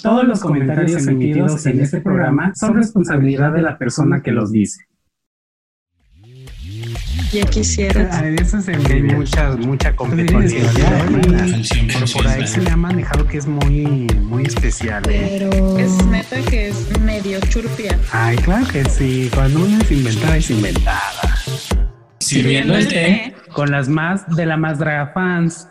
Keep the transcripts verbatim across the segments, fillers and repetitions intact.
Todos los comentarios emitidos en este programa son responsabilidad de la persona que los dice. Ya quisiera. A eso se ve mucha, mucha competencia. Pero por ahí se le ha manejado que es muy, muy especial. ¿eh? Pero es neta que es medio churpia. Ay, claro que sí. Cuando uno es inventada, es inventada. Sirviendo el té con las más de la Más Draga Fans.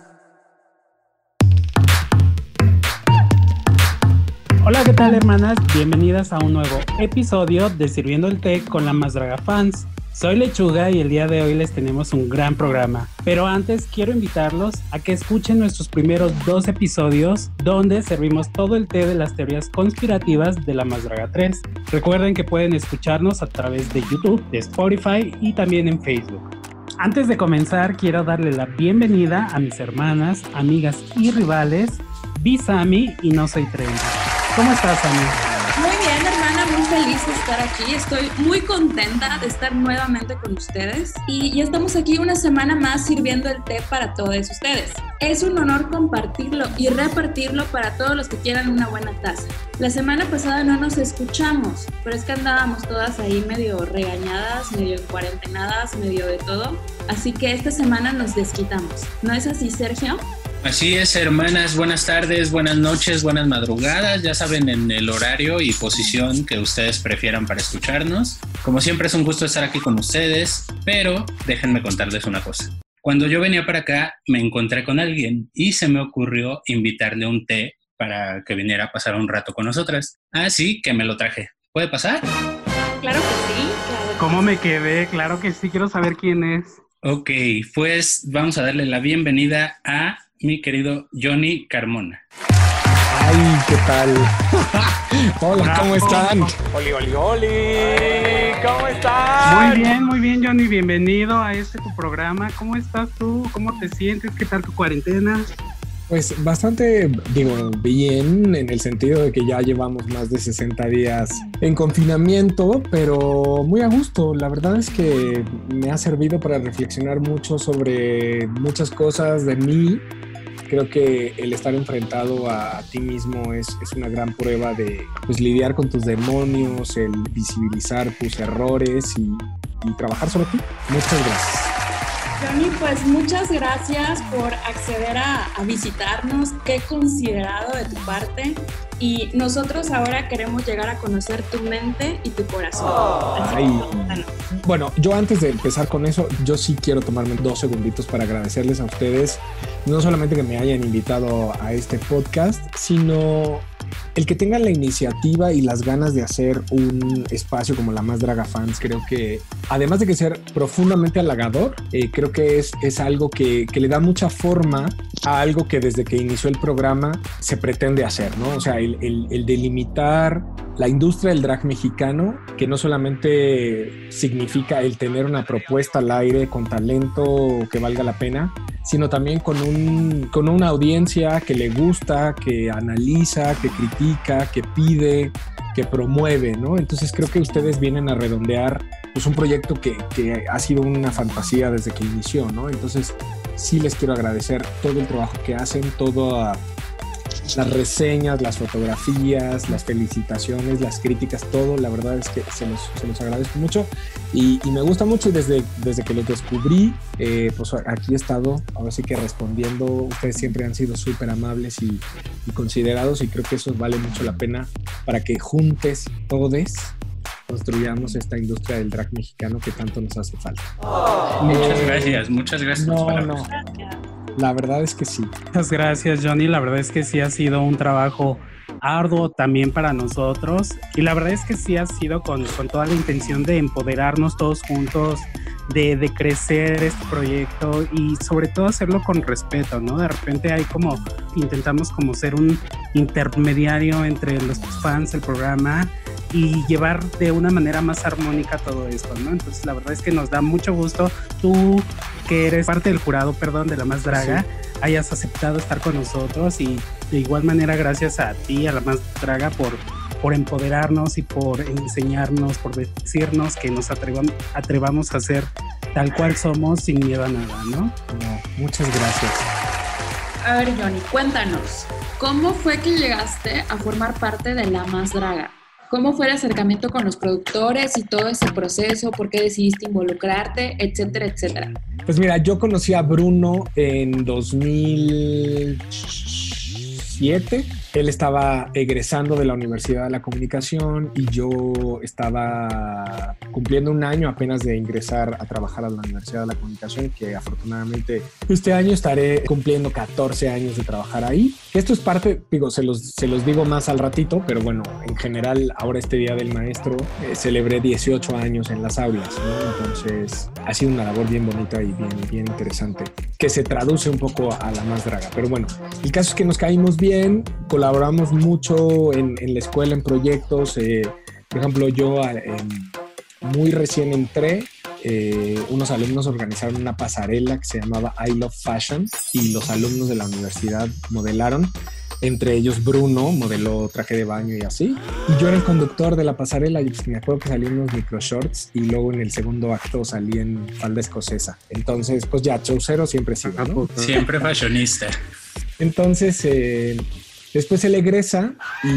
Hola, ¿qué tal, hermanas? Bienvenidas a un nuevo episodio de Sirviendo el Té con la Más Draga Fans. Soy Lechuga y el día de hoy les tenemos un gran programa. Pero antes quiero invitarlos a que escuchen nuestros primeros dos episodios donde servimos todo el té de las teorías conspirativas de la Más Draga tres. Recuerden que pueden escucharnos a través de YouTube, de Spotify y también en Facebook. Antes de comenzar, quiero darle la bienvenida a mis hermanas, amigas y rivales, Bisami y No Soy Trendy. ¿Cómo estás, Ami? Muy bien, hermana, muy feliz de estar aquí. Estoy muy contenta de estar nuevamente con ustedes. Y ya estamos aquí una semana más sirviendo el té para todos ustedes. Es un honor compartirlo y repartirlo para todos los que quieran una buena taza. La semana pasada no nos escuchamos, pero es que andábamos todas ahí medio regañadas, medio cuarentenadas, medio de todo. Así que esta semana nos desquitamos. ¿No es así, Sergio? Así es, hermanas, buenas tardes, buenas noches, buenas madrugadas, ya saben, en el horario y posición que ustedes prefieran para escucharnos. Como siempre es un gusto estar aquí con ustedes, pero déjenme contarles una cosa. Cuando yo venía para acá me encontré con alguien y se me ocurrió invitarle un té para que viniera a pasar un rato con nosotras. Así que me lo traje. ¿Puede pasar? Claro que sí. Claro. ¿Cómo me quedé? Claro que sí, quiero saber quién es. Ok, pues vamos a darle la bienvenida a mi querido Johnny Carmona. Ay, ¿qué tal? Hola, Bravo. ¿Cómo están? Oli, oli, oli. ¿Cómo están? Muy bien, muy bien, Johnny. Bienvenido a este tu programa. ¿Cómo estás tú? ¿Cómo te sientes? ¿Qué tal tu cuarentena? Pues bastante, digo, bien, en el sentido de que ya llevamos más de sesenta días en confinamiento, pero muy a gusto. La verdad es que me ha servido para reflexionar mucho sobre muchas cosas de mí. Creo que el estar enfrentado a, a ti mismo es, es una gran prueba de pues, lidiar con tus demonios, el visibilizar tus errores y, y trabajar sobre ti. Muchas gracias. Johnny, pues muchas gracias por acceder a, a visitarnos. Qué considerado de tu parte. Y nosotros ahora queremos llegar a conocer tu mente y tu corazón. Así Ay. que, bueno. Bueno, yo antes de empezar con eso, yo sí quiero tomarme dos segunditos para agradecerles a ustedes, no solamente que me hayan invitado a este podcast, sino el que tengan la iniciativa y las ganas de hacer un espacio como la Más Draga Fans. Creo que, además de que ser profundamente halagador, eh, creo que es, es algo que, que le da mucha forma a algo que desde que inició el programa se pretende hacer, ¿no? O sea, el, el, el delimitar la industria del drag mexicano, que no solamente significa el tener una propuesta al aire con talento que valga la pena, sino también con, un, con una audiencia que le gusta, que analiza, que critica, que pide, que promueve, ¿no? Entonces creo que ustedes vienen a redondear pues, un proyecto que, que ha sido una fantasía desde que inició, ¿no? Entonces sí les quiero agradecer todo el trabajo que hacen, todas las reseñas, las fotografías, las felicitaciones, las críticas, todo. La verdad es que se los, se los agradezco mucho y, y me gusta mucho. Y desde, desde que los descubrí, eh, pues aquí he estado, ahora sí que respondiendo. Ustedes siempre han sido súper amables y, y considerados, y creo que eso vale mucho la pena para que juntes, todes, construyamos esta industria del drag mexicano que tanto nos hace falta. Oh. Muchas gracias, muchas gracias. No, no. La verdad es que sí. Muchas gracias, Johnny. La verdad es que sí ha sido un trabajo arduo también para nosotros. Y la verdad es que sí ha sido con, con toda la intención de empoderarnos todos juntos, de, de crecer este proyecto y sobre todo hacerlo con respeto, ¿no? De repente hay como, intentamos como ser un intermediario entre los fans del programa y llevar de una manera más armónica todo esto, ¿no? Entonces la verdad es que nos da mucho gusto tú, que eres parte del jurado, perdón, de la Más Draga, sí, hayas aceptado estar con nosotros, y de igual manera gracias a ti, a la Más Draga, por, por empoderarnos y por enseñarnos, por decirnos que nos atrevam, atrevamos a ser tal cual somos sin miedo a nada, ¿no? No, muchas gracias. A ver, Johnny, cuéntanos, ¿cómo fue que llegaste a formar parte de La Más Draga? ¿Cómo fue el acercamiento con los productores y todo ese proceso? ¿Por qué decidiste involucrarte? Etcétera, etcétera. Pues mira, yo conocí a Bruno en dos mil siete. Él estaba egresando de la Universidad de la Comunicación y yo estaba cumpliendo un año apenas de ingresar a trabajar a la Universidad de la Comunicación, que afortunadamente este año estaré cumpliendo catorce años de trabajar ahí. Esto es parte, digo, se los, se los digo más al ratito, pero bueno, en general ahora este Día del Maestro eh, celebré dieciocho años en las aulas, ¿no? Entonces ha sido una labor bien bonita y bien, bien interesante, que se traduce un poco a La Más Draga. Pero bueno, el caso es que nos caímos bien, colaboramos mucho en, en la escuela, en proyectos. Eh, por ejemplo, yo eh, muy recién entré, eh, unos alumnos organizaron una pasarela que se llamaba I Love Fashion y los alumnos de la universidad modelaron. Entre ellos Bruno modeló traje de baño y así. Y yo era el conductor de la pasarela y pues me acuerdo que salí en unos micro shorts y luego en el segundo acto salí en falda escocesa. Entonces, pues ya, chaucero siempre he sido, ¿no? Siempre fashionista. Entonces, eh, después él egresa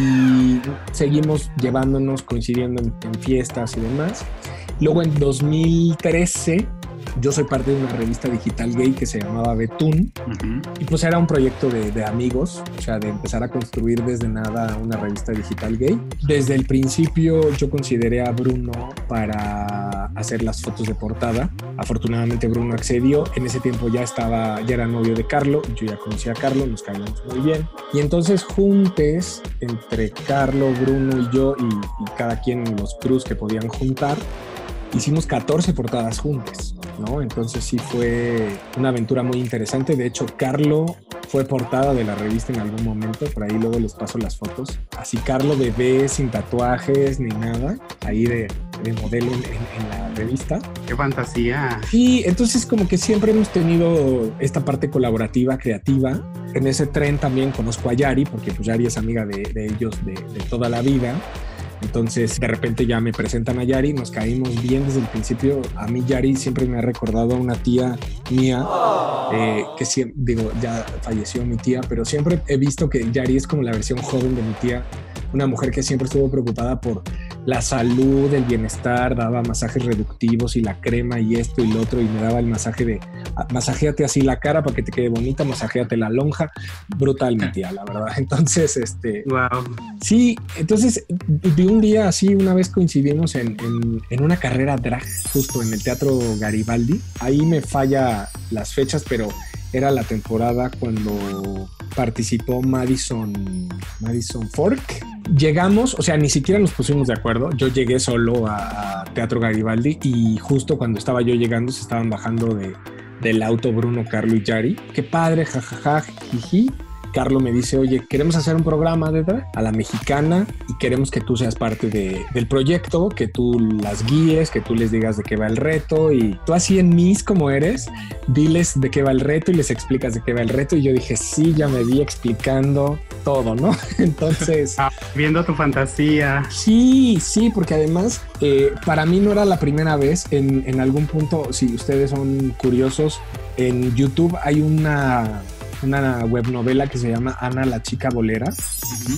y seguimos llevándonos, coincidiendo en, en fiestas y demás. Luego en dos mil trece yo soy parte de una revista digital gay que se llamaba Betún. Uh-huh. Y pues era un proyecto de, de amigos, o sea, de empezar a construir desde nada una revista digital gay. Desde el principio yo consideré a Bruno para hacer las fotos de portada. Afortunadamente Bruno accedió. En ese tiempo ya estaba, ya era novio de Carlo. Yo ya conocía a Carlo, nos caíamos muy bien. Y entonces juntes, entre Carlo, Bruno y yo, y, y cada quien los crews que podían juntar, hicimos catorce portadas juntas, ¿no? Entonces sí fue una aventura muy interesante. De hecho, Carlo fue portada de la revista en algún momento. Por ahí luego les paso las fotos. Así Carlo bebé, sin tatuajes ni nada, ahí de, de modelo en, en, en la revista. ¡Qué fantasía! Y entonces como que siempre hemos tenido esta parte colaborativa, creativa. En ese tren también conozco a Yari, porque pues Yari es amiga de, de ellos de, de toda la vida. Entonces de repente ya me presentan a Yari, nos caímos bien desde el principio. A mí Yari siempre me ha recordado a una tía mía, eh, que siempre, digo, ya falleció mi tía, pero siempre he visto que Yari es como la versión joven de mi tía, una mujer que siempre estuvo preocupada por la salud, el bienestar, daba masajes reductivos y la crema y esto y lo otro, y me daba el masaje de masajéate así la cara para que te quede bonita, masajéate la lonja. Brutal mi tía, la verdad. Entonces, este... Wow. Sí, entonces de un día así, una vez coincidimos en, en, en una carrera drag, justo en el Teatro Garibaldi. Ahí me falla las fechas, pero era la temporada cuando participó Madison, Madison Fork. Llegamos, o sea, ni siquiera nos pusimos de acuerdo. Yo llegué solo a, a Teatro Garibaldi y justo cuando estaba yo llegando se estaban bajando de, del auto Bruno, Carlo y Yari. Qué padre, jajaja, jiji. Carlo me dice, oye, queremos hacer un programa de drag a la mexicana y queremos que tú seas parte de, del proyecto, que tú las guíes, que tú les digas de qué va el reto, y tú así en Miss como eres, diles de qué va el reto y les explicas de qué va el reto. Y yo dije, sí, ya me vi explicando todo, ¿no? Entonces... Ah, viendo tu fantasía. Sí, sí, porque además eh, para mí no era la primera vez. En, en algún punto, si ustedes son curiosos, en YouTube hay una... una webnovela que se llama Ana la chica bolera. Uh-huh.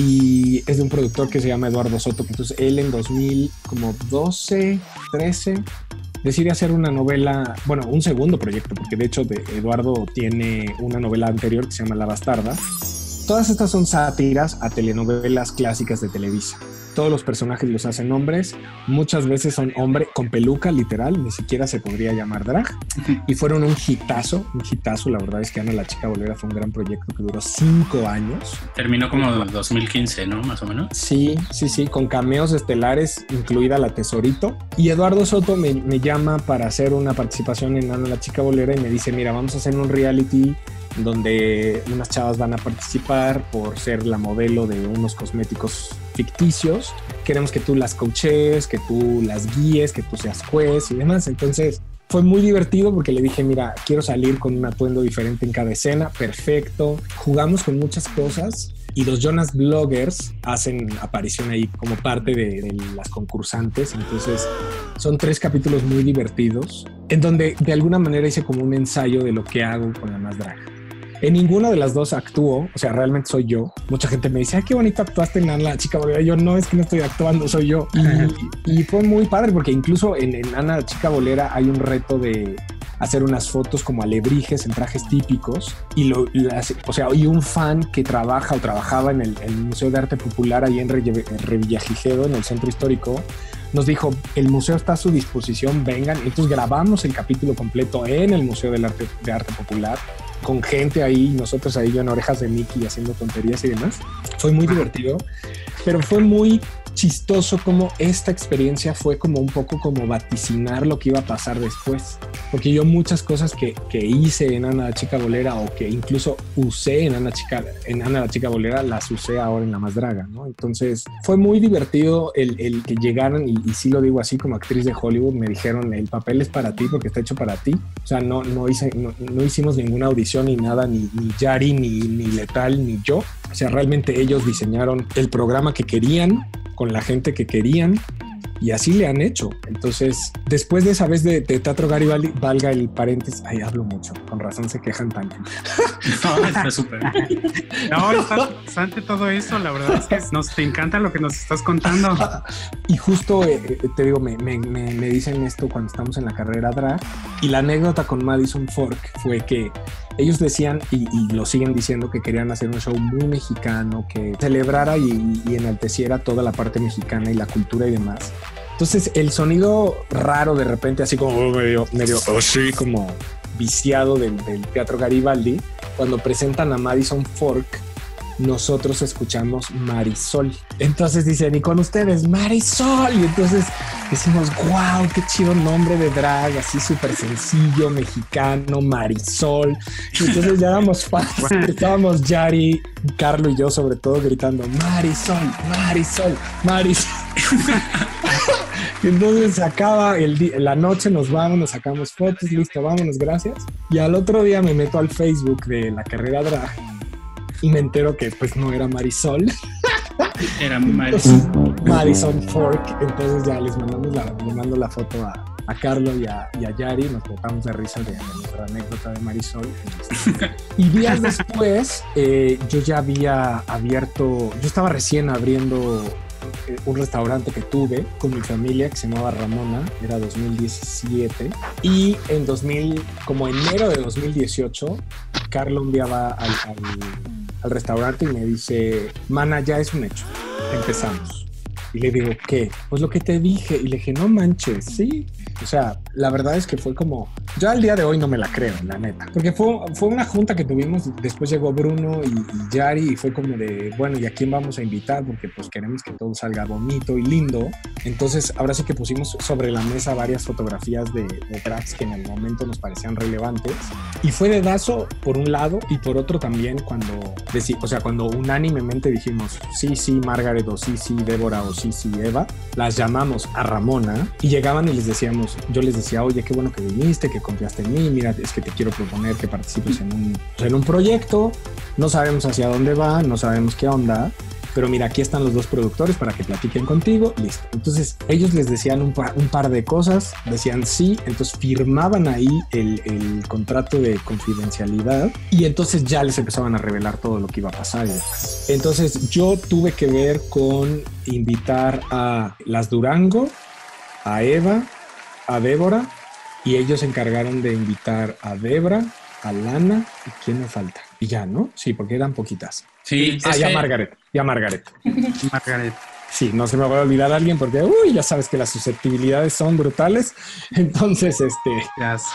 Y es de un productor que se llama Eduardo Soto. Entonces él en dos mil doce, trece decide hacer una novela, bueno, un segundo proyecto, porque de hecho de Eduardo tiene una novela anterior que se llama La Bastarda. Todas estas son sátiras a telenovelas clásicas de Televisa. Todos los personajes los hacen hombres, muchas veces son hombre con peluca, literal, ni siquiera se podría llamar drag. Y fueron un hitazo, un hitazo. La verdad es que Ana la chica bolera fue un gran proyecto que duró cinco años. Terminó como dos mil quince, ¿no? Más o menos. Sí, sí, sí, con cameos estelares, incluida la Tesorito. Y Eduardo Soto me, me llama para hacer una participación en Ana la chica bolera y me dice, mira, vamos a hacer un reality donde unas chavas van a participar por ser la modelo de unos cosméticos ficticios. Queremos que tú las coaches, que tú las guíes, que tú seas juez y demás. Entonces fue muy divertido porque le dije, mira, quiero salir con un atuendo diferente en cada escena. Perfecto. Jugamos con muchas cosas y los Jonas Bloggers hacen aparición ahí como parte de, de las concursantes. Entonces son tres capítulos muy divertidos en donde de alguna manera hice como un ensayo de lo que hago con La Más Draga. En ninguna de las dos actúo, o sea, realmente soy yo. Mucha gente me dice, ay, qué bonito actuaste en Ana la Chica Bolera. Yo no, es que no estoy actuando, soy yo. Y, y fue muy padre porque incluso en, en Ana la Chica Bolera hay un reto de hacer unas fotos como alebrijes en trajes típicos y lo, las, o sea, hay un fan que trabaja o trabajaba en el, el Museo de Arte Popular ahí en Revillagigedo, en el centro histórico. Nos dijo, el museo está a su disposición, vengan. Entonces grabamos el capítulo completo en el Museo del Arte, de Arte Popular, con gente ahí, nosotros ahí yo en Orejas de Mickey haciendo tonterías y demás. Fue muy divertido, pero fue muy chistoso como esta experiencia fue como un poco como vaticinar lo que iba a pasar después. Porque yo muchas cosas que, que hice en Ana la Chica Bolera o que incluso usé en Ana, Chica, en Ana la Chica Bolera las usé ahora en La Más Draga, ¿no? Entonces fue muy divertido el, el que llegaran y, y sí lo digo así como actriz de Hollywood, me dijeron el papel es para ti porque está hecho para ti. O sea, no, no, hice, no, no hicimos ninguna audición ni nada, ni, ni Yari, ni, ni Letal, ni yo. O sea, realmente ellos diseñaron el programa que querían, con la gente que querían y así le han hecho. Entonces, después de esa vez de, de Teatro Garibaldi, valga el paréntesis, ay, hablo mucho, con razón se quejan tanto. No, está súper. No, está interesante todo eso, la verdad es que nos te encanta lo que nos estás contando. Y justo, eh, te digo, me, me, me, me dicen esto cuando estamos en la carrera drag y la anécdota con Madison Fork fue que ellos decían y, y lo siguen diciendo que querían hacer un show muy mexicano, que celebrara y, y enalteciera toda la parte mexicana y la cultura y demás. Entonces el sonido raro de repente, así como medio, medio así como viciado del, del Teatro Garibaldi, cuando presentan a Madison Fork, nosotros escuchamos Marisol. Entonces dicen, y con ustedes, Marisol. Y entonces decimos, wow, qué chido nombre de drag, así súper sencillo, mexicano, Marisol. Y entonces ya éramos fans. Estábamos Yari, Carlo y yo sobre todo gritando, Marisol, Marisol, Marisol. Entonces se acaba el día, la noche, nos vamos, nos sacamos fotos, listo, vámonos, gracias. Y al otro día me meto al Facebook de la carrera drag y me entero que pues no era Marisol. Era Marisol. Madison Fork. Entonces ya les mandamos la, le mando la foto a, a Carlos y a, y a Yari. Nos botamos de risa de, de nuestra anécdota de Marisol. Y días después eh, yo ya había abierto, yo estaba recién abriendo un restaurante que tuve con mi familia que se llamaba Ramona, era dos mil diecisiete, y en dos mil, como enero de dos mil dieciocho, Carlos un día va al, al, al restaurante y me dice, mana, ya es un hecho, empezamos. Y le digo, ¿qué? Pues lo que te dije. Y le dije, no manches, sí. O sea, la verdad es que fue como... Yo al día de hoy no me la creo, la neta. Porque fue, fue una junta que tuvimos, después llegó Bruno y, y Yari y fue como de, bueno, ¿y a quién vamos a invitar? Porque pues queremos que todo salga bonito y lindo. Entonces, ahora sí que pusimos sobre la mesa varias fotografías de, de drags que en el momento nos parecían relevantes. Y fue dedazo por un lado y por otro también cuando... Decí, o sea, cuando unánimemente dijimos, sí, sí, Margaret, o sí, sí, Débora, o sí, sí, Eva, las llamamos a Ramona y llegaban y les decíamos, yo les decía, oye, qué bueno que viniste, que confiaste en mí, mira, es que te quiero proponer que participes en un, en un proyecto, no sabemos hacia dónde va, no sabemos qué onda, pero mira, aquí están los dos productores para que platiquen contigo, listo. Entonces ellos les decían un par, un par de cosas, decían sí, entonces firmaban ahí el, el contrato de confidencialidad y entonces ya les empezaban a revelar todo lo que iba a pasar y demás. Entonces yo tuve que ver con invitar a las Durango, a Eva, a Débora, y ellos se encargaron de invitar a Debra, a Lana, ¿y quién me falta? Y ya, ¿no? Sí, porque eran poquitas. Sí. Ah, y a que... Margaret, y a Margaret. Margaret. Sí, no se me va a olvidar a alguien porque, uy, ya sabes que las susceptibilidades son brutales. Entonces, este... Ya sé.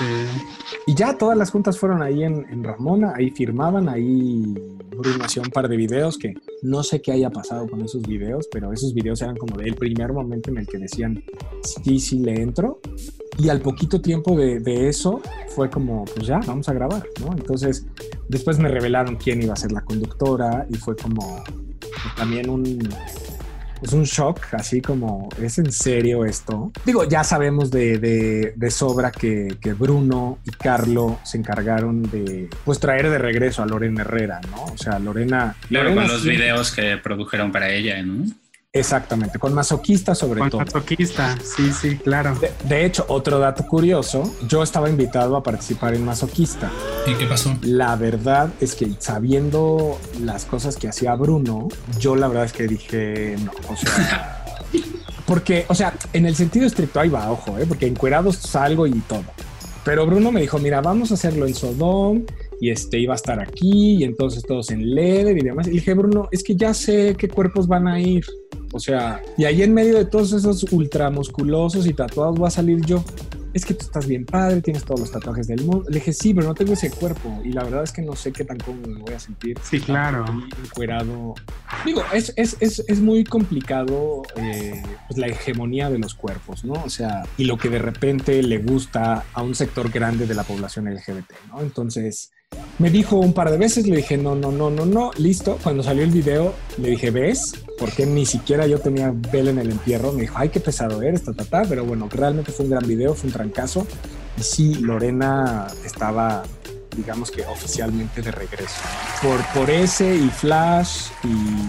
Y ya todas las juntas fueron ahí en, en Ramona, ahí firmaban, ahí Bruno hacía un par de videos que no sé qué haya pasado con esos videos, pero esos videos eran como del primer momento en el que decían, sí, sí, le entro. Y al poquito tiempo de, de eso fue como, pues ya, vamos a grabar, ¿no? Entonces, después me revelaron quién iba a ser la conductora y fue como pues, también un... Es un shock, así como, ¿es en serio esto? Digo, ya sabemos de, de, de sobra que, que Bruno y Carlo se encargaron de, pues, traer de regreso a Lorena Herrera, ¿no? O sea, Lorena... Claro, Lorena con los sí, videos que produjeron para ella, ¿no? Exactamente, con masoquista sobre con todo. Masoquista, sí, sí, claro. De, de hecho, otro dato curioso, yo estaba invitado a participar en Masoquista. ¿Y qué pasó? La verdad es que sabiendo las cosas que hacía Bruno, yo la verdad es que dije no, o sea... Porque, o sea, en el sentido estricto, ahí va, ojo, ¿eh? Porque encuerados salgo y todo. Pero Bruno me dijo, mira, vamos a hacerlo en Sodom y este iba a estar aquí y entonces todos en leather y demás. Y le dije, Bruno, es que ya sé qué cuerpos van a ir. O sea, y ahí en medio de todos esos ultramusculosos y tatuados va a salir yo. Es que tú estás bien padre, tienes todos los tatuajes del mundo. Le dije, sí, pero no tengo ese cuerpo. Y la verdad es que no sé qué tan cómodo me voy a sentir. Sí, claro. Encuerado. Digo, es, es, es, es muy complicado eh, pues la hegemonía de los cuerpos, ¿no? O sea, y lo que de repente le gusta a un sector grande de la población L G B T, ¿no? Entonces... me dijo un par de veces, le dije no, no, no, no, no, listo. Cuando salió el video, le dije, ¿ves? Porque ni siquiera yo tenía vela en el entierro. Me dijo, ay, qué pesado eres, ta, ta, ta. Pero bueno, realmente fue un gran video, fue un trancazo. Y sí, Lorena estaba, digamos que oficialmente de regreso. Por, por ese y Flash y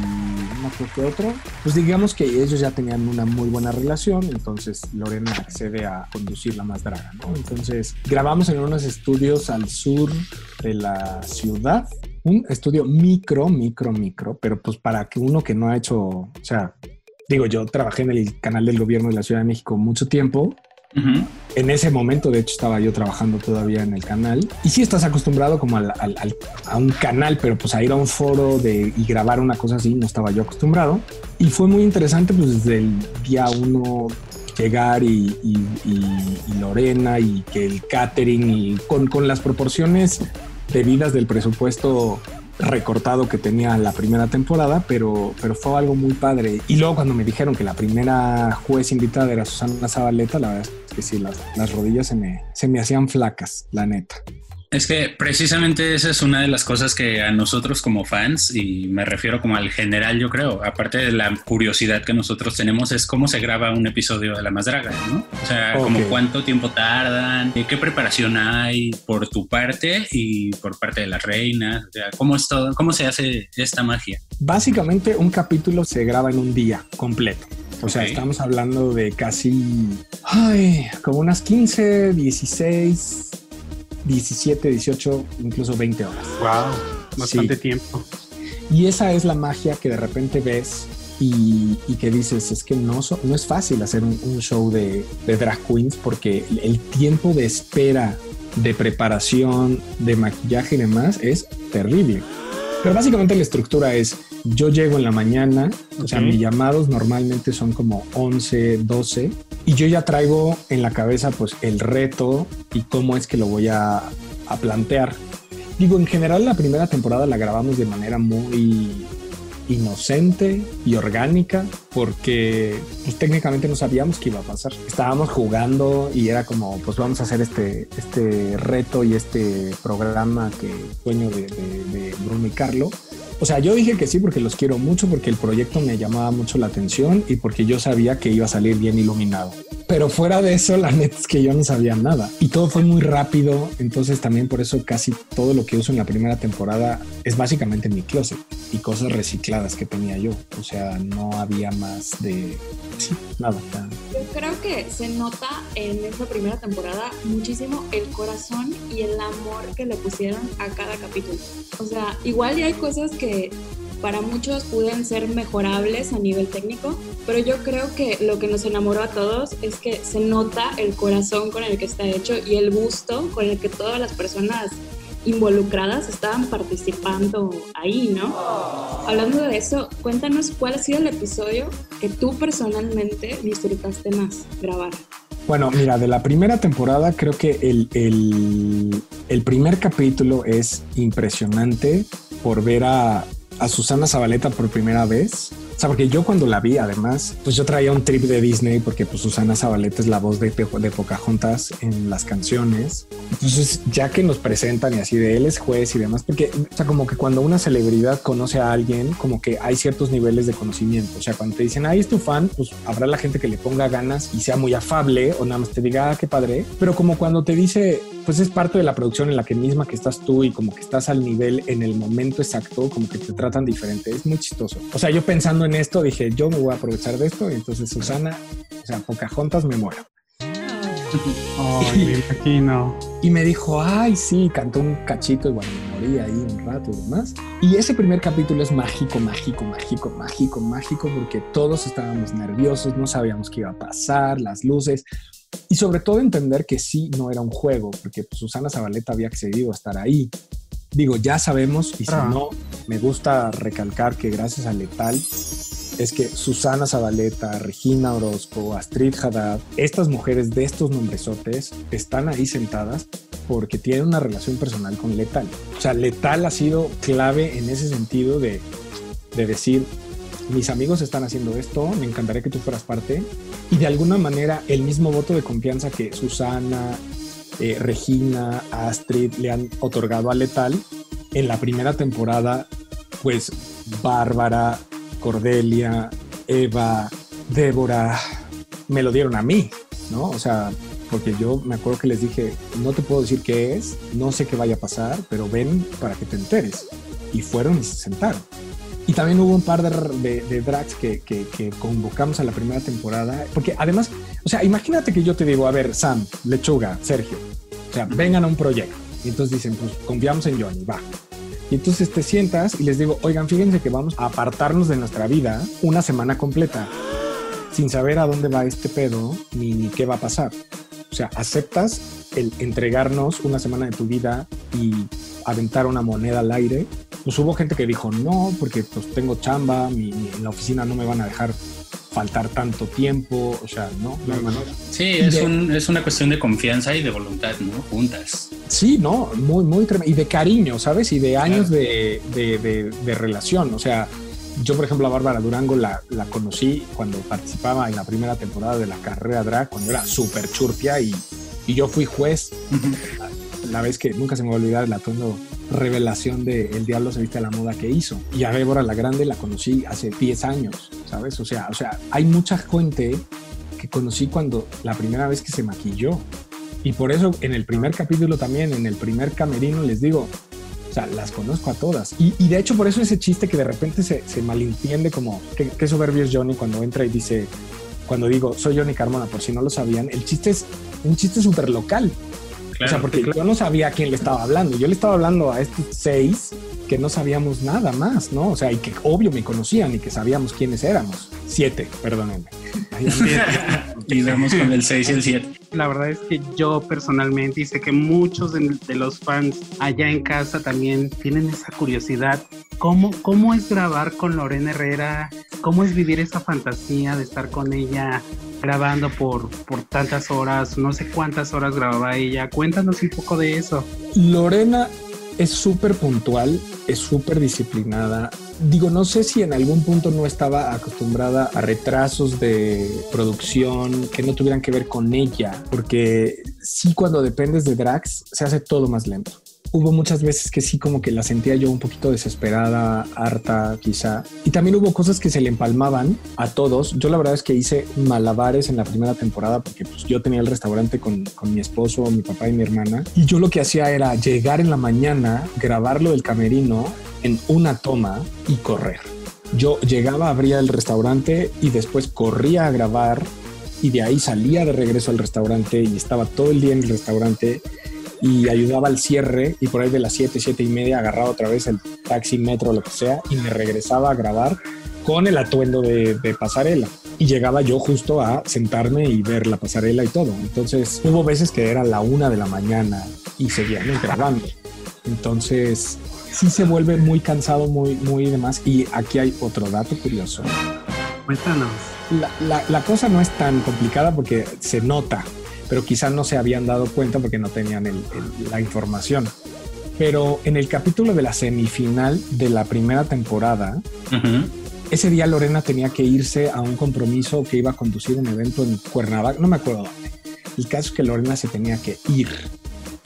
no creo que otro, pues digamos que ellos ya tenían una muy buena relación, entonces Lorena accede a conducir La Más Draga, ¿no? Entonces grabamos en unos estudios al sur de la ciudad, un estudio micro, micro, micro, pero pues para que uno que no ha hecho, o sea, digo, yo trabajé en el canal del gobierno de la Ciudad de México mucho tiempo. Uh-huh. En ese momento, de hecho, estaba yo trabajando todavía en el canal. Y sí estás acostumbrado como al, al, al, a un canal, pero pues a ir a un foro de, y grabar una cosa así, no estaba yo acostumbrado. Y fue muy interesante, pues desde el día uno llegar y, y, y, y Lorena y que el catering y con, con las proporciones debidas del presupuesto recortado que tenía la primera temporada, pero, pero fue algo muy padre. Y luego cuando me dijeron que la primera juez invitada era Susana Zabaleta, la verdad es que sí, las, las rodillas se me, se me hacían flacas, la neta. Es que precisamente esa es una de las cosas que a nosotros como fans, y me refiero como al general, yo creo, aparte de la curiosidad que nosotros tenemos, es cómo se graba un episodio de La Más Draga, ¿no? O sea, okay. Como cuánto tiempo tardan, qué preparación hay por tu parte y por parte de las reinas, o sea, cómo es todo, cómo se hace esta magia. Básicamente un capítulo se graba en un día completo. O sea, okay. Estamos hablando de casi, ay, como unas quince, dieciséis... diecisiete, dieciocho, incluso veinte horas. Wow, bastante sí. tiempo. Y esa es la magia que de repente ves y, y que dices, es que no, so, no es fácil hacer un, un show de, de drag queens porque el tiempo de espera, de preparación, de maquillaje y demás es terrible. Pero básicamente la estructura es, yo llego en la mañana, okay. O sea, mis llamados normalmente son como once, doce y yo ya traigo en la cabeza pues el reto y cómo es que lo voy a, a plantear. Digo, en general la primera temporada la grabamos de manera muy inocente y orgánica porque pues técnicamente no sabíamos qué iba a pasar. Estábamos jugando y era como pues vamos a hacer este, este reto y este programa que sueño de, de, de Bruno y Carlo. O sea, yo dije que sí porque los quiero mucho, porque el proyecto me llamaba mucho la atención y porque yo sabía que iba a salir bien iluminado. Pero fuera de eso, la neta es que yo no sabía nada. Y todo fue muy rápido, entonces también por eso casi todo lo que uso en la primera temporada es básicamente mi closet y cosas recicladas que tenía yo. O sea, no había más de... Sí, nada. Yo creo que se nota en esta primera temporada muchísimo el corazón y el amor que le pusieron a cada capítulo. O sea, igual ya hay cosas que para muchos pueden ser mejorables a nivel técnico, pero yo creo que lo que nos enamoró a todos es que se nota el corazón con el que está hecho y el gusto con el que todas las personas involucradas estaban participando ahí, ¿no? Hablando de eso, cuéntanos cuál ha sido el episodio que tú personalmente disfrutaste más grabar. Bueno, mira, de la primera temporada creo que el, el, el primer capítulo es impresionante por ver a, a Susana Zabaleta por primera vez. O sea, porque yo cuando la vi, además, pues yo traía un trip de Disney porque pues Susana Zabaleta es la voz de, de Pocahontas en las canciones. Entonces, ya que nos presentan y así de él es juez y demás, porque, o sea, como que cuando una celebridad conoce a alguien, como que hay ciertos niveles de conocimiento. O sea, cuando te dicen, ahí es tu fan, pues habrá la gente que le ponga ganas y sea muy afable o nada más te diga, ah, qué padre. Pero como cuando te dice, pues es parte de la producción en la que misma que estás tú y como que estás al nivel en el momento exacto, como que te tratan diferente. Es muy chistoso. O sea, yo pensando en esto dije, yo me voy a aprovechar de esto y entonces Susana, o sea, Pocahontas me muero. Oh, me imagino. Y me dijo, ay, sí, cantó un cachito y bueno, me morí ahí un rato y demás. Y ese primer capítulo es mágico, mágico, mágico, mágico, mágico, porque todos estábamos nerviosos, no sabíamos qué iba a pasar, las luces. Y sobre todo entender que sí, no era un juego, porque pues, Susana Zabaleta había accedido a estar ahí. Digo, ya sabemos, y si ah. no, me gusta recalcar que gracias a Letal, es que Susana Zabaleta, Regina Orozco, Astrid Haddad, estas mujeres de estos nombresotes están ahí sentadas porque tienen una relación personal con Letal. O sea, Letal ha sido clave en ese sentido de, de decir, mis amigos están haciendo esto, me encantaría que tú fueras parte. Y de alguna manera el mismo voto de confianza que Susana, eh, Regina, Astrid le han otorgado a Letal, en la primera temporada, pues Bárbara, Cordelia, Eva, Débora, me lo dieron a mí, ¿no? O sea, porque yo me acuerdo que les dije, no te puedo decir qué es, no sé qué vaya a pasar, pero ven para que te enteres. Y fueron y se sentaron. Y también hubo un par de, de, de drags que, que, que convocamos a la primera temporada, porque además, o sea, imagínate que yo te digo, a ver, Sam, Lechuga, Sergio, o sea, vengan a un proyecto. Y entonces dicen, pues confiamos en Johnny, va. Y entonces te sientas y les digo, oigan, fíjense que vamos a apartarnos de nuestra vida una semana completa sin saber a dónde va este pedo ni, ni qué va a pasar. O sea, aceptas el entregarnos una semana de tu vida y aventar una moneda al aire. Pues hubo gente que dijo no, porque pues tengo chamba, mi, mi, en la oficina no me van a dejar faltar tanto tiempo, o sea, no, no hay manera. Sí, es, de, un, es una cuestión de confianza y de voluntad, ¿no? Juntas. Sí, no, muy, muy tremendo. Y de cariño, ¿sabes? Y de años claro. de, de, de, de relación. O sea, yo, por ejemplo, a Bárbara Durango la, la conocí cuando participaba en la primera temporada de la carrera drag, cuando era súper churpia y, y yo fui juez. Uh-huh. la, la vez que nunca se me va a olvidar el atuendo revelación de El Diablo se viste a la moda que hizo. Y a Débora la Grande la conocí hace diez años, ¿sabes? O sea, o sea, hay mucha gente que conocí cuando la primera vez que se maquilló. Y por eso en el primer capítulo también, en el primer camerino, les digo, o sea, las conozco a todas. Y, y de hecho por eso ese chiste que de repente se, se malentiende como, qué, qué soberbio es Johnny cuando entra y dice, cuando digo, soy Johnny Carmona, por si no lo sabían, el chiste es un chiste súper local. Claro, o sea, porque claro. yo no sabía a quién le estaba hablando. Yo le estaba hablando a estos seis que no sabíamos nada más, ¿no? O sea, y que obvio me conocían y que sabíamos quiénes éramos. Siete, perdónenme. Y damos con el seis y el siete. La verdad es que yo personalmente, y sé que muchos de, de los fans allá en casa también tienen esa curiosidad. ¿Cómo, ¿Cómo es grabar con Lorena Herrera? ¿Cómo es vivir esa fantasía de estar con ella grabando por, por tantas horas? No sé cuántas horas grababa ella. Cuéntanos un poco de eso. Lorena es súper puntual, es súper disciplinada. Digo, no sé si en algún punto no estaba acostumbrada a retrasos de producción que no tuvieran que ver con ella, porque sí, cuando dependes de drags se hace todo más lento. Hubo muchas veces que sí, como que la sentía yo un poquito desesperada, harta quizá. Y también hubo cosas que se le empalmaban a todos. Yo la verdad es que hice malabares en la primera temporada porque pues, yo tenía el restaurante con, con mi esposo, mi papá y mi hermana. Y yo lo que hacía era llegar en la mañana, grabarlo del camerino en una toma y correr. Yo llegaba, abría el restaurante y después corría a grabar y de ahí salía de regreso al restaurante y estaba todo el día en el restaurante y ayudaba al cierre y por ahí de las siete, siete y media agarraba otra vez el taxi, metro, lo que sea y me regresaba a grabar con el atuendo de, de pasarela y llegaba yo justo a sentarme y ver la pasarela y todo. Entonces hubo veces que era la una de la mañana y seguíamos grabando. Entonces sí se vuelve muy cansado, muy, muy demás. Y aquí hay otro dato curioso. Cuéntanos. La, la, la cosa no es tan complicada porque se nota, pero quizás no se habían dado cuenta porque no tenían el, el, la información. Pero en el capítulo de la semifinal de la primera temporada, uh-huh. ese día Lorena tenía que irse a un compromiso que iba a conducir un evento en Cuernavaca, no me acuerdo dónde. El caso es que Lorena se tenía que ir.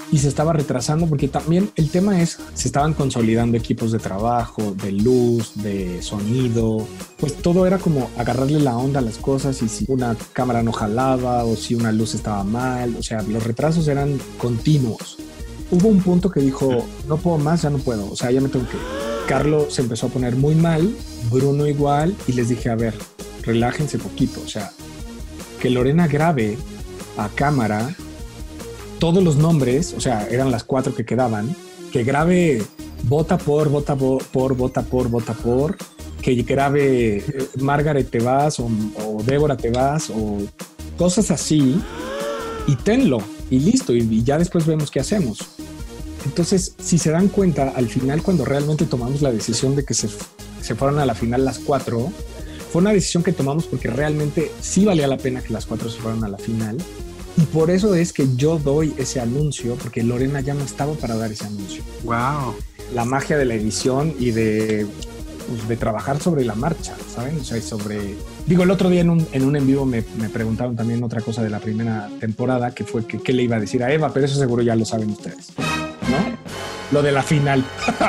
y se estaba retrasando porque también el tema es, se estaban consolidando equipos de trabajo, de luz, de sonido, pues todo era como agarrarle la onda a las cosas y si una cámara no jalaba o si una luz estaba mal, o sea, los retrasos eran continuos. Hubo un punto que dijo, no puedo más, ya no puedo, o sea, ya me tengo que ir. Carlos se empezó a poner muy mal, Bruno igual, y les dije, a ver, relájense poquito, o sea, que Lorena grabe a cámara todos los nombres, o sea, eran las cuatro que quedaban, que grabe vota por, vota por, por vota por, vota por, que grabe eh, Margaret te vas o, o Débora te vas o cosas así y tenlo y listo y, y ya después vemos qué hacemos. Entonces, si se dan cuenta, al final cuando realmente tomamos la decisión de que se, se fueran a la final las cuatro, fue una decisión que tomamos porque realmente sí valía la pena que las cuatro se fueran a la final. Y por eso es que yo doy ese anuncio, porque Lorena ya no estaba para dar ese anuncio. Wow. La magia de la edición y de, pues, de trabajar sobre la marcha, ¿saben? O sea, sobre... Digo, el otro día en un en, un en vivo me, me preguntaron también otra cosa de la primera temporada, que fue que qué le iba a decir a Eva, pero eso seguro ya lo saben ustedes, ¿no? Lo de la final.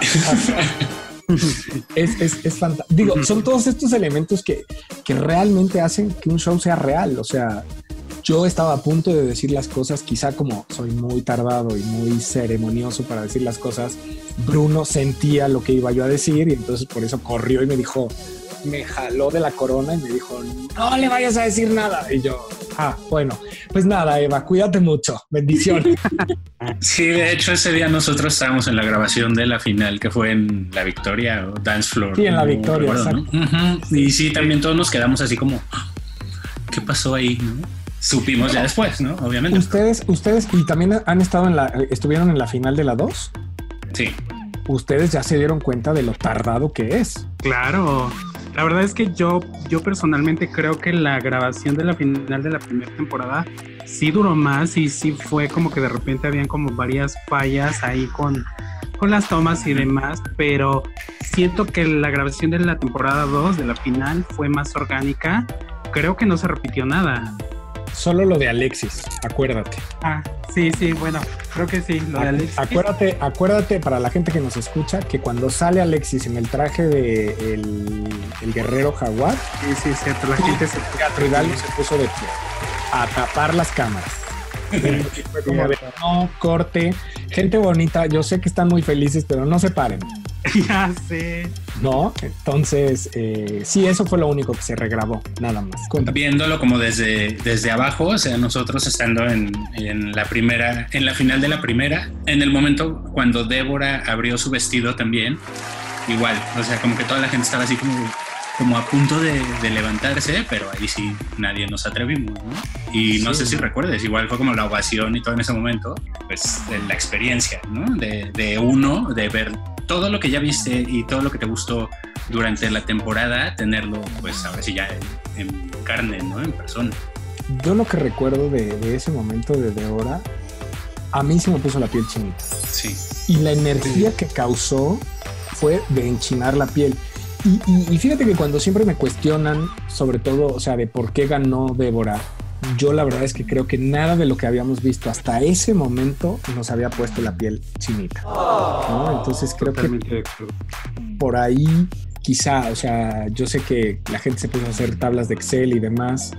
es, es, es fantástico. Digo, son todos estos elementos que, que realmente hacen que un show sea real, o sea... Yo estaba a punto de decir las cosas, quizá como soy muy tardado y muy ceremonioso para decir las cosas, Bruno sentía lo que iba yo a decir y entonces por eso corrió y me dijo, me jaló de la corona y me dijo, no le vayas a decir nada. Y yo, ah, bueno, pues nada, Eva, cuídate mucho, bendiciones. Sí, de hecho ese día nosotros estábamos en la grabación de la final que fue en La Victoria o Dance Floor. Sí, en La Victoria, recuerdo, ¿no? Uh-huh. Y sí, también todos nos quedamos así como, ¿qué pasó ahí? ¿No? Supimos no, ya después, ¿no? Obviamente. Ustedes, ustedes, y también han estado en la, estuvieron en la final de la dos. Sí. Ustedes ya se dieron cuenta de lo tardado que es. Claro. La verdad es que yo, yo personalmente creo que la grabación de la final de la primera temporada sí duró más y sí fue como que de repente habían como varias fallas ahí con, con las tomas y demás, pero siento que la grabación de la temporada dos, de la final, fue más orgánica. Creo que no se repitió nada. Solo lo de Alexis, acuérdate. Ah, sí, sí, bueno, creo que sí, lo de Alexis. Acuérdate, acuérdate para la gente que nos escucha que cuando sale Alexis en el traje de el, el guerrero jaguar, sí, sí, cierto, la gente se Teatro Hidalgo se puso de pie a tapar las cámaras. Fue como de no, corte, gente bonita, yo sé que están muy felices, pero no se paren. Ya sé. No, entonces eh, sí, eso fue lo único que se regrabó, nada más. Cuéntame. Viéndolo como desde, desde abajo, o sea, nosotros estando en, en la primera, en la final de la primera, en el momento cuando Débora abrió su vestido también, igual, o sea, como que toda la gente estaba así como, como a punto de, de levantarse, pero ahí sí nadie nos atrevimos, ¿no? Y no sí. sé si recuerdes, igual fue como la ovación y todo en ese momento, pues de la experiencia, ¿no? De, de uno, de ver todo lo que ya viste y todo lo que te gustó durante la temporada, tenerlo, pues ahora sí ya en, en carne, ¿no? En persona. Yo lo que recuerdo de, de ese momento de Débora, a mí se me puso la piel chinita. Sí. Y la energía sí. que causó fue de enchinar la piel. Y, y, y fíjate que cuando siempre me cuestionan, sobre todo, o sea, de por qué ganó Débora, yo la verdad es que creo que nada de lo que habíamos visto hasta ese momento nos había puesto la piel chinita, ¿no? Entonces creo que por ahí quizá, o sea, yo sé que la gente se puso a hacer tablas de Excel y demás,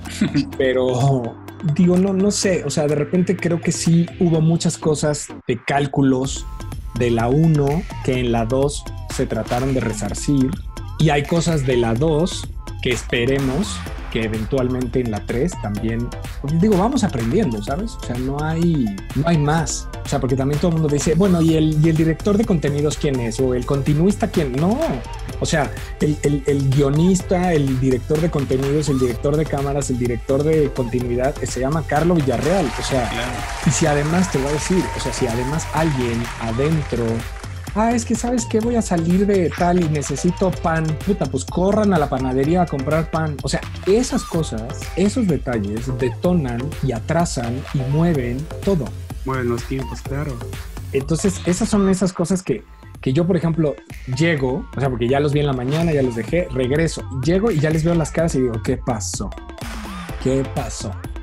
pero digo, no, no sé, o sea, de repente creo que sí hubo muchas cosas de cálculos de la uno que en la dos se trataron de resarcir y hay cosas de la dos que esperemos que eventualmente en la tres también, digo, vamos aprendiendo, ¿sabes? O sea, no hay, no hay más. O sea, porque también todo el mundo dice, bueno, ¿y el, y el director de contenidos quién es? ¿O el continuista quién? No. O sea, el, el, el guionista, el director de contenidos, el director de cámaras, el director de continuidad, se llama Carlo Villarreal. O sea, claro. Y si además, te voy a decir, o sea, si además alguien adentro... Ah, es que ¿sabes qué? Voy a salir de tal y necesito pan. Puta, pues corran a la panadería a comprar pan. O sea, esas cosas, esos detalles detonan y atrasan y mueven todo. Mueven los tiempos, claro. Entonces, esas son esas cosas que, que yo, por ejemplo, llego, o sea, porque ya los vi en la mañana, ya los dejé, regreso, llego y ya les veo las caras y digo, ¿qué pasó? ¿Qué pasó?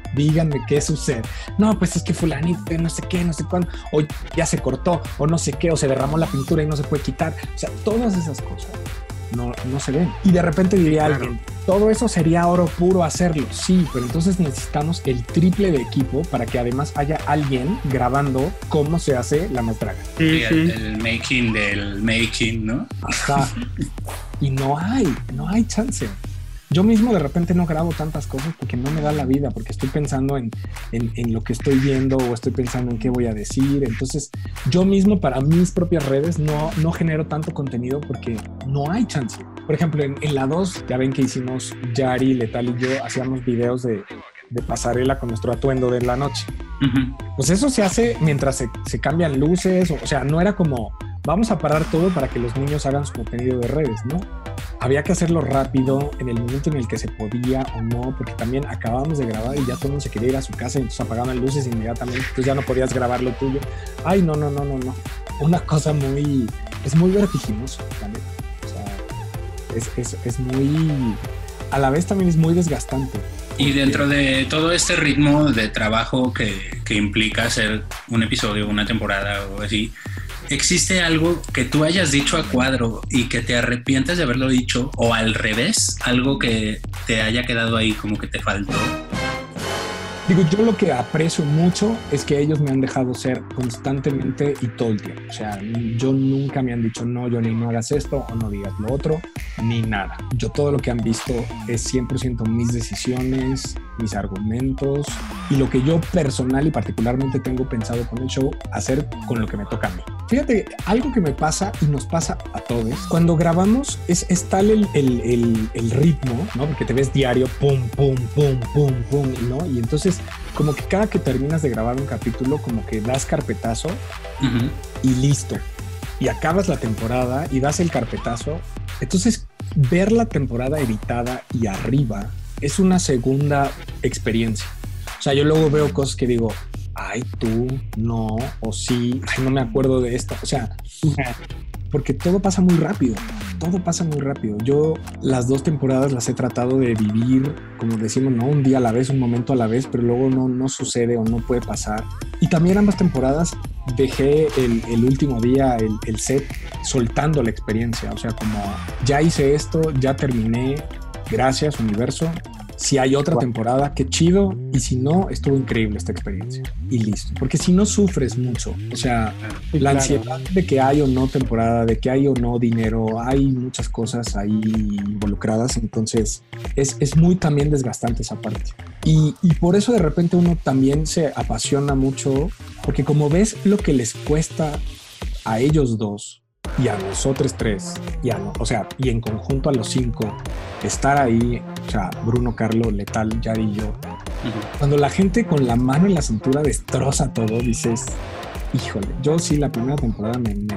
díganme qué sucede. No, pues es que fulanito, no sé qué, no sé cuándo, o ya se cortó, o no sé qué, o se derramó la pintura y no se puede quitar. O sea, todas esas cosas no, no se ven. Y de repente diría claro. alguien, todo eso sería oro puro hacerlo. Sí, pero entonces necesitamos el triple de equipo para que además haya alguien grabando cómo se hace la Más Draga. Sí, el, el making del making, ¿no? Ajá. Y no hay, no hay chance. Yo mismo de repente no grabo tantas cosas porque no me da la vida, porque estoy pensando en, en, en lo que estoy viendo o estoy pensando en qué voy a decir. Entonces yo mismo para mis propias redes no, no genero tanto contenido porque no hay chance. Por ejemplo, en, en la dos, ya ven que hicimos Yari, Letal y yo, hacíamos videos de, de pasarela con nuestro atuendo de la noche. Uh-huh. Pues eso se hace mientras se, se cambian luces, o, o sea, no era como vamos a parar todo para que los niños hagan su contenido de redes, ¿no? Había que hacerlo rápido, en el momento en el que se podía o no, porque también acabábamos de grabar y ya todo el mundo se quería ir a su casa y entonces apagaban luces inmediatamente, entonces ya no podías grabar lo tuyo. Ay, no, no, no, no, no. Una cosa muy... es muy vertiginoso, ¿vale? O sea, es, es, es muy... a la vez también es muy desgastante. Y dentro de todo este ritmo de trabajo que, que implica hacer un episodio, una temporada o así, ¿existe algo que tú hayas dicho a cuadro y que te arrepientas de haberlo dicho? O al revés, algo que te haya quedado ahí como que te faltó. Digo, yo lo que aprecio mucho es que ellos me han dejado ser constantemente y todo el tiempo. O sea, yo nunca me han dicho, no, Johnny, no hagas esto o no digas lo otro, ni nada. Yo todo lo que han visto es cien por ciento mis decisiones, mis argumentos y lo que yo personal y particularmente tengo pensado con el show hacer con lo que me toca a mí. Fíjate, algo que me pasa y nos pasa a todos, cuando grabamos es, es tal el, el, el, el ritmo, ¿no? Porque te ves diario, pum, pum, pum, pum, pum, ¿no? Y entonces como que cada que terminas de grabar un capítulo como que das carpetazo uh-huh. y listo. Y acabas la temporada y das el carpetazo. Entonces ver la temporada editada y arriba es una segunda experiencia. O sea, yo luego veo cosas que digo, ay, tú, no, o sí, ay, no me acuerdo de esto. O sea, porque todo pasa muy rápido, todo pasa muy rápido. Yo las dos temporadas las he tratado de vivir, como decimos, no un día a la vez, un momento a la vez, pero luego no, no sucede o no puede pasar. Y también ambas temporadas dejé el, el último día el, el set soltando la experiencia. O sea, como ya hice esto, ya terminé, gracias universo. Si hay otra temporada, qué chido. Y si no, estuvo increíble esta experiencia. Y listo. Porque si no sufres mucho, o sea, sí, la claro. ansiedad de que hay o no temporada, de que hay o no dinero, hay muchas cosas ahí involucradas. Entonces, es, es muy también desgastante esa parte. Y, y por eso de repente uno también se apasiona mucho, porque como ves lo que les cuesta a ellos dos y a nosotros tres, y a, o sea, y en conjunto a los cinco, estar ahí, o sea, Bruno, Carlo, Letal, Yari y yo. Uh-huh. Cuando la gente con la mano en la cintura destroza todo, dices, híjole, yo sí la primera temporada me... me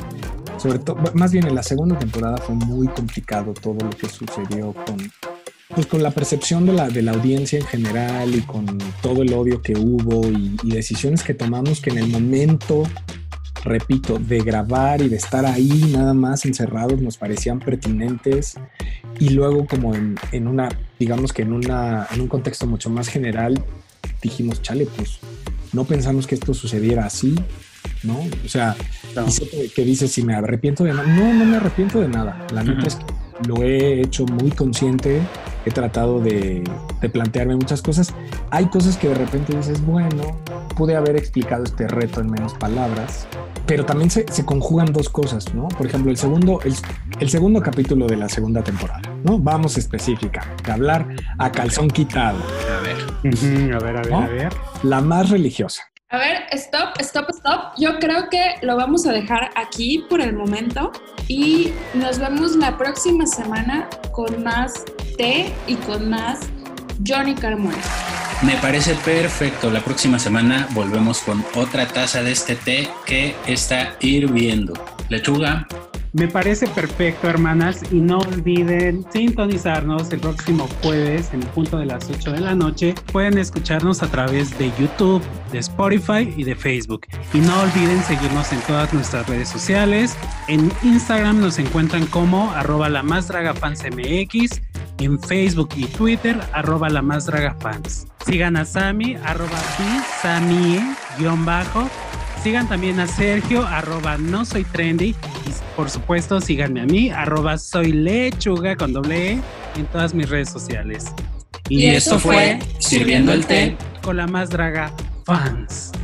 sobre todo, más bien en la segunda temporada fue muy complicado todo lo que sucedió con... pues con la percepción de la, de la audiencia en general y con todo el odio que hubo y, y decisiones que tomamos que en el momento, repito, de grabar y de estar ahí nada más encerrados nos parecían pertinentes y luego como en, en una, digamos que en, una, en un contexto mucho más general dijimos, chale, pues no pensamos que esto sucediera así, ¿no? O sea, no. que, que dices, si me arrepiento de nada, no, no me arrepiento de nada, la neta uh-huh. es que lo he hecho muy consciente, he tratado de, de plantearme muchas cosas. Hay cosas que de repente dices, bueno, pude haber explicado este reto en menos palabras, pero también se, se conjugan dos cosas, ¿no? Por ejemplo, el segundo, el, el segundo capítulo de la segunda temporada, ¿no? Vamos específicamente a hablar a calzón quitado. A ver, uh-huh, a ver, a ver, ¿no? a ver. La más religiosa. A ver, stop, stop, stop. Yo creo que lo vamos a dejar aquí por el momento y nos vemos la próxima semana con más té y con más Johnny Carmona. Me parece perfecto. La próxima semana volvemos con otra taza de este té que está hirviendo. Lechuga. Me parece perfecto, hermanas, y no olviden sintonizarnos el próximo jueves en el punto de las ocho de la noche. Pueden escucharnos a través de YouTube, de Spotify y de Facebook. Y no olviden seguirnos en todas nuestras redes sociales. En Instagram nos encuentran como arroba la más draga fans M X en Facebook y Twitter, arroba la más draga fans. Sigan a Sammy, arroba Samie, guión bajo. Sigan también a Sergio, arroba no soy trendy. Y por supuesto, síganme a mí, arroba soy lechuga con doble E en todas mis redes sociales. Y, y esto fue Sirviendo el Té con la más draga fans.